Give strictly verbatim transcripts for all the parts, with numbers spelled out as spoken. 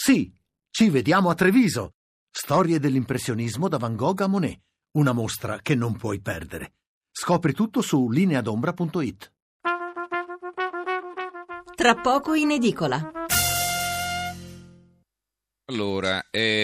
Sì, ci vediamo a Treviso. Storie dell'impressionismo da Van Gogh a Monet. Una mostra che non puoi perdere. Scopri tutto su lineadombra punto it. Tra poco in edicola. Allora,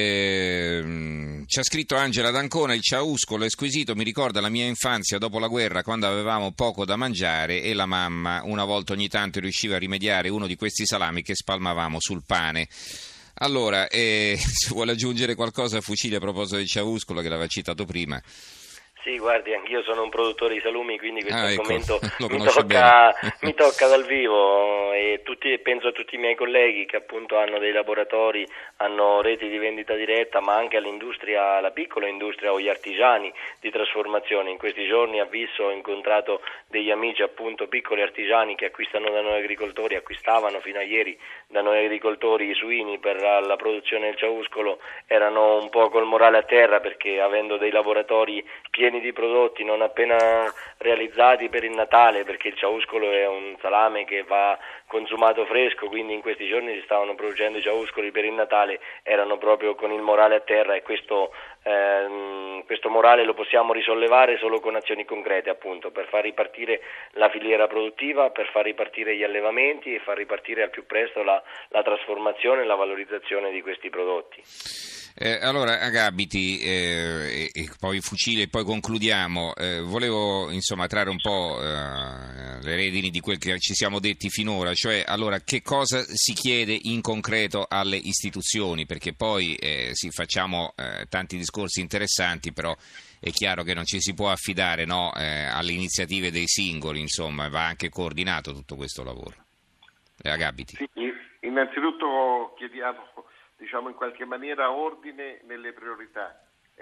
ehm, ci ha scritto Angela d'Ancona: il ciauscolo è squisito, mi ricorda la mia infanzia dopo la guerra, quando avevamo poco da mangiare e la mamma una volta ogni tanto riusciva a rimediare uno di questi salami che spalmavamo sul pane. Allora, eh, se vuole aggiungere qualcosa, Fucile, a proposito del ciauscolo che l'aveva citato prima? Sì, guardi, anch'io sono un produttore di salumi, quindi questo ah, ecco, argomento mi, tocca, tocca, mi tocca dal vivo e tutti, penso a tutti i miei colleghi che appunto hanno dei laboratori, hanno reti di vendita diretta, ma anche all'industria, alla piccola industria o gli artigiani di trasformazione. In questi giorni a Visso ho incontrato degli amici appunto piccoli artigiani che acquistano da noi agricoltori, acquistavano fino a ieri da noi agricoltori i suini per la produzione del ciauscolo, erano un po' col morale a terra perché avendo dei laboratori pieni di prodotti non appena realizzati per il Natale, perché il ciauscolo è un salame che va consumato fresco, quindi in questi giorni si stavano producendo i ciauscoli per il Natale, erano proprio con il morale a terra e questo ehm, questo morale lo possiamo risollevare solo con azioni concrete, appunto, per far ripartire la filiera produttiva, per far ripartire gli allevamenti e far ripartire al più presto la, la trasformazione e la valorizzazione di questi prodotti. Eh, allora, Agabiti, eh, e, e poi Fucile, e poi concludiamo. Eh, volevo insomma trarre un po' eh, le redini di quel che ci siamo detti finora, cioè allora che cosa si chiede in concreto alle istituzioni, perché poi eh, sì, facciamo eh, tanti discorsi interessanti, però è chiaro che non ci si può affidare, no, eh, alle iniziative dei singoli, insomma, va anche coordinato tutto questo lavoro. Eh, Agabiti. Sì, innanzitutto chiediamo, diciamo in qualche maniera, ordine nelle priorità.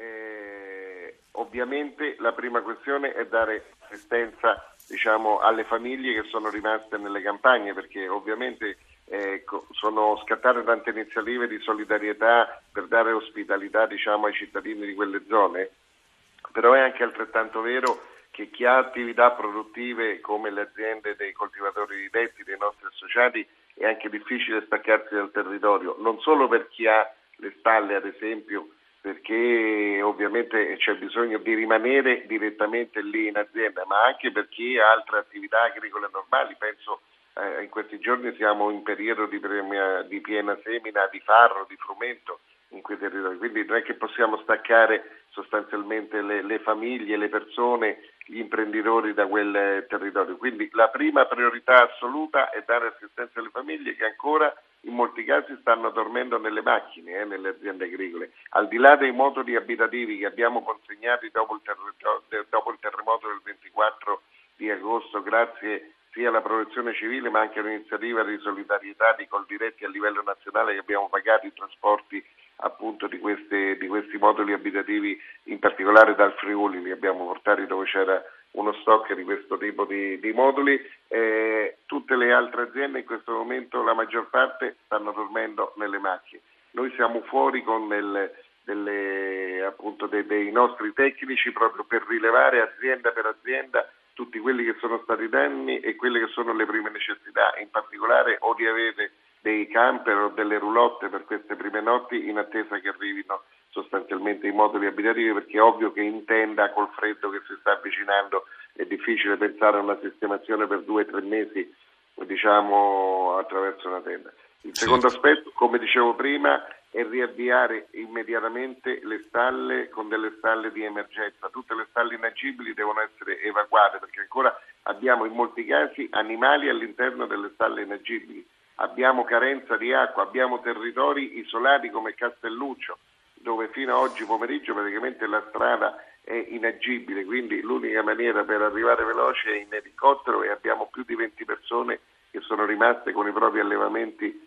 Eh, ovviamente la prima questione è dare assistenza, diciamo, alle famiglie che sono rimaste nelle campagne, perché ovviamente eh, sono scattate tante iniziative di solidarietà per dare ospitalità, diciamo, ai cittadini di quelle zone, però è anche altrettanto vero che chi ha attività produttive come le aziende dei coltivatori diretti, dei nostri associati, è anche difficile staccarsi dal territorio, non solo per chi ha le stalle ad esempio, perché ovviamente c'è bisogno di rimanere direttamente lì in azienda, ma anche per chi ha altre attività agricole normali. Penso eh, in questi giorni siamo in periodo di, premia, di piena semina di farro, di frumento in quei territori, quindi non è che possiamo staccare sostanzialmente le, le famiglie, le persone, gli imprenditori da quel territorio. Quindi la prima priorità assoluta è dare assistenza alle famiglie che ancora in molti casi stanno dormendo nelle macchine, eh, nelle aziende agricole. Al di là dei moduli abitativi che abbiamo consegnati dopo il, terre- dopo il terremoto del ventiquattro di agosto, grazie sia alla protezione civile ma anche all'iniziativa di solidarietà di Coldiretti a livello nazionale, che abbiamo pagato i trasporti appunto di, queste, di questi moduli abitativi, in particolare dal Friuli, li abbiamo portati dove c'era uno stock di questo tipo di, di moduli. Eh, tutte le altre aziende in questo momento, la maggior parte, stanno dormendo nelle macchine. Noi siamo fuori con del, delle, appunto dei, dei nostri tecnici proprio per rilevare azienda per azienda tutti quelli che sono stati i danni e quelle che sono le prime necessità, in particolare o di avere dei camper o delle roulotte per queste prime notti in attesa che arrivino sostanzialmente i moduli abitativi, perché è ovvio che in tenda col freddo che si sta avvicinando è difficile pensare a una sistemazione per due o tre mesi, diciamo, attraverso una tenda. Il secondo aspetto, come dicevo prima, è riavviare immediatamente le stalle con delle stalle di emergenza. Tutte le stalle inagibili devono essere evacuate perché ancora abbiamo in molti casi animali all'interno delle stalle inagibili. Abbiamo carenza di acqua, abbiamo territori isolati come Castelluccio, dove fino a oggi pomeriggio praticamente la strada è inagibile, quindi l'unica maniera per arrivare veloce è in elicottero e abbiamo più di venti persone che sono rimaste con i propri allevamenti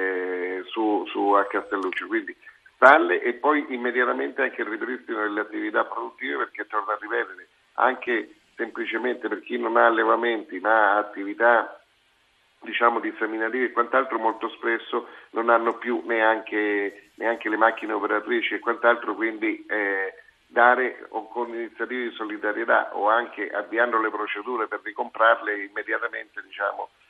eh, su, su a Castelluccio, quindi stalle e poi immediatamente anche il ripristino delle attività produttive, perché torna a ripetere, anche semplicemente per chi non ha allevamenti ma ha attività, diciamo, di seminative e quant'altro, molto spesso non hanno più neanche, neanche le macchine operatrici e quant'altro, quindi eh, dare o con iniziative di solidarietà o anche avviando le procedure per ricomprarle immediatamente, diciamo,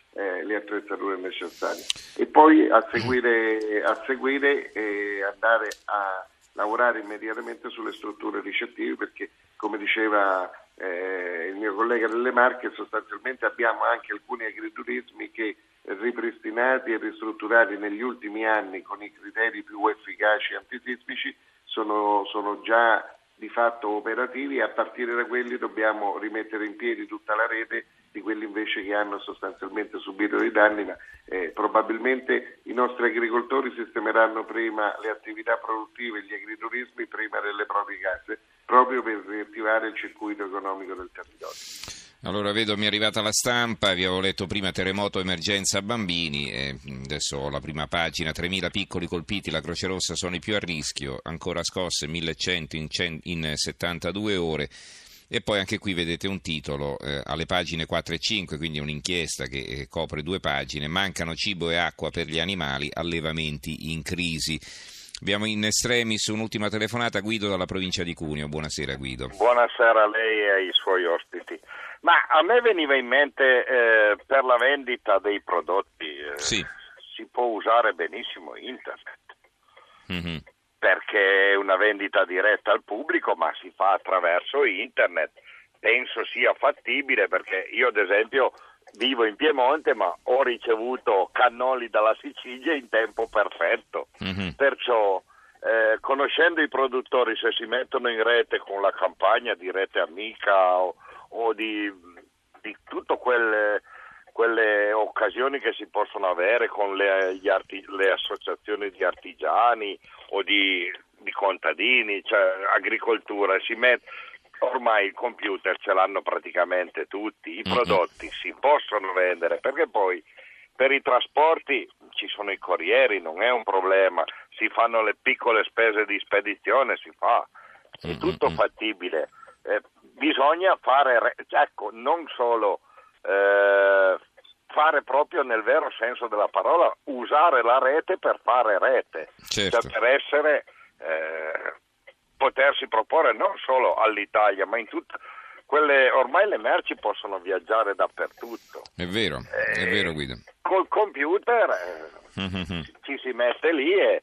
eh, le attrezzature necessarie. E poi a seguire, a seguire eh, andare a lavorare immediatamente sulle strutture ricettive, perché come diceva eh, il mio collega delle Marche, sostanzialmente abbiamo anche alcuni agriturismi che ripristinati e ristrutturati negli ultimi anni con i criteri più efficaci antisismici sono, sono già di fatto operativi, e a partire da quelli dobbiamo rimettere in piedi tutta la rete di quelli invece che hanno sostanzialmente subito dei danni, ma eh, probabilmente i nostri agricoltori sistemeranno prima le attività produttive, gli agriturismi prima delle proprie case, proprio per riattivare il circuito economico del territorio. Allora vedo, mi è arrivata la stampa, vi avevo letto prima terremoto emergenza bambini, e adesso ho la prima pagina, tremila piccoli colpiti, la Croce Rossa sono i più a rischio, ancora scosse millecento in, cent- in settantadue ore, e poi anche qui vedete un titolo eh, alle pagine quattro e cinque, quindi un'inchiesta che eh, copre due pagine, mancano cibo e acqua per gli animali, allevamenti in crisi. Abbiamo in estremis un'ultima telefonata, Guido dalla provincia di Cuneo. Buonasera Guido. Buonasera a lei e ai suoi ospiti. Ma a me veniva in mente eh, per la vendita dei prodotti eh, sì. si può usare benissimo internet, Mm-hmm. perché è una vendita diretta al pubblico, ma si fa attraverso internet. Penso sia fattibile, perché io ad esempio vivo in Piemonte, ma ho ricevuto cannoli dalla Sicilia in tempo perfetto. Mm-hmm. Perciò eh, conoscendo i produttori, se si mettono in rete con la campagna di Rete Amica o, o di, di tutte quelle, quelle occasioni che si possono avere con le, gli arti, le associazioni di artigiani o di, di contadini, cioè agricoltura, si met, ormai il computer ce l'hanno praticamente tutti, i prodotti mm-hmm. si possono vendere, perché poi per i trasporti ci sono i corrieri, non è un problema, si fanno le piccole spese di spedizione, si fa, è tutto mm-hmm. fattibile. Eh, bisogna fare, ecco, non solo eh, fare proprio nel vero senso della parola, usare la rete per fare rete, certo. cioè per essere, eh, potersi proporre non solo all'Italia, ma in tutte quelle, ormai le merci possono viaggiare dappertutto. È vero, eh, è vero Guido. Col computer eh, mm-hmm. ci si mette lì e,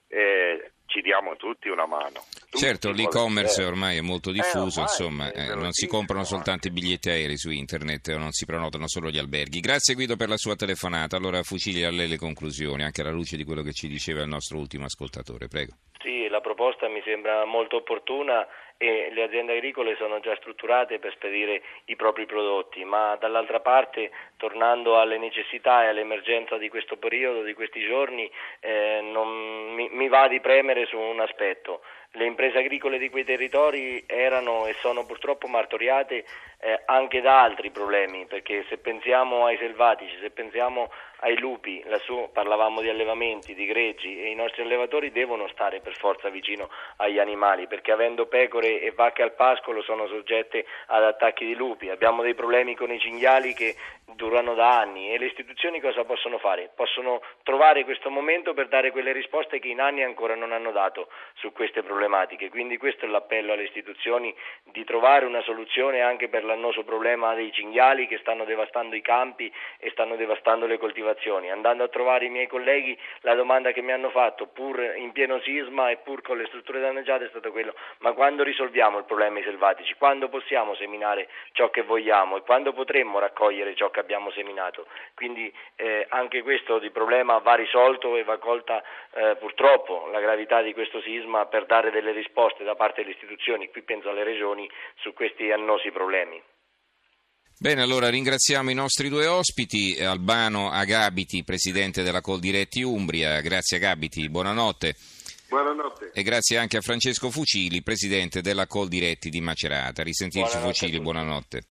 e ci diamo tutti una mano. Tutti certo, l'e-commerce ormai è molto diffuso, eh, insomma, eh, non si comprano soltanto i biglietti aerei su internet o non si prenotano solo gli alberghi. Grazie Guido per la sua telefonata. Allora Fucili, a lei le conclusioni, anche alla luce di quello che ci diceva il nostro ultimo ascoltatore, prego. Sì, la proposta mi sembra molto opportuna e le aziende agricole sono già strutturate per spedire i propri prodotti, ma dall'altra parte, tornando alle necessità e all'emergenza di questo periodo, di questi giorni, eh, non, mi, mi va di premere su un aspetto. Le imprese agricole di quei territori erano e sono purtroppo martoriate eh, anche da altri problemi, perché se pensiamo ai selvatici, se pensiamo ai lupi, lassù parlavamo di allevamenti, di greggi, e i nostri allevatori devono stare per forza vicino agli animali, perché avendo pecore e vacche al pascolo sono soggette ad attacchi di lupi. Abbiamo dei problemi con i cinghiali che durano da anni, e le istituzioni cosa possono fare? Possono trovare questo momento per dare quelle risposte che in anni ancora non hanno dato su queste problematiche. Quindi questo è l'appello alle istituzioni, di trovare una soluzione anche per l'annoso problema dei cinghiali che stanno devastando i campi e stanno devastando le coltivazioni. Andando a trovare i miei colleghi, la domanda che mi hanno fatto, pur in pieno sisma e pur con le strutture danneggiate, è stato quello: ma quando risolviamo il problema dei selvatici? Quando possiamo seminare ciò che vogliamo e quando potremmo raccogliere ciò che abbiamo seminato? Quindi eh, anche questo di problema va risolto e va colta eh, purtroppo la gravità di questo sisma per dare delle risposte da parte delle istituzioni, qui penso alle regioni, su questi annosi problemi. Bene, allora ringraziamo i nostri due ospiti, Albano Agabiti, presidente della Coldiretti Umbria. Grazie Agabiti, buonanotte. Buonanotte. E grazie anche a Francesco Fucili, presidente della Coldiretti di Macerata. Risentirci Buonanotte Fucili, buonanotte.